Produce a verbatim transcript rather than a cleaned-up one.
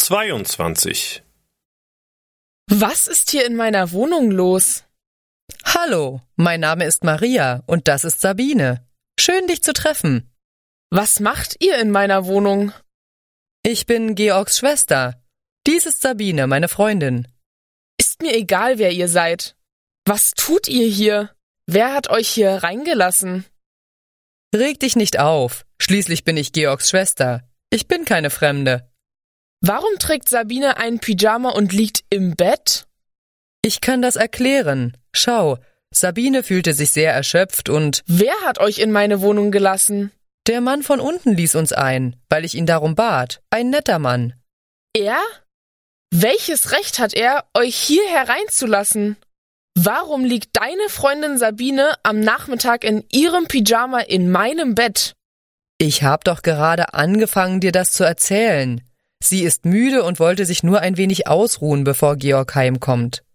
zweiundzwanzig. Was ist hier in meiner Wohnung los? Hallo, mein Name ist Maria und das ist Sabine. Schön, dich zu treffen. Was macht ihr in meiner Wohnung? Ich bin Georgs Schwester. Dies ist Sabine, meine Freundin. Ist mir egal, wer ihr seid. Was tut ihr hier? Wer hat euch hier reingelassen? Reg dich nicht auf. Schließlich bin ich Georgs Schwester. Ich bin keine Fremde. Warum trägt Sabine ein Pyjama und liegt im Bett? Ich kann das erklären. Schau, Sabine fühlte sich sehr erschöpft und... Wer hat euch in meine Wohnung gelassen? Der Mann von unten ließ uns ein, weil ich ihn darum bat. Ein netter Mann. Er? Welches Recht hat er, euch hier hereinzulassen? Warum liegt deine Freundin Sabine am Nachmittag in ihrem Pyjama in meinem Bett? Ich hab doch gerade angefangen, dir das zu erzählen. Sie ist müde und wollte sich nur ein wenig ausruhen, bevor Georg heimkommt.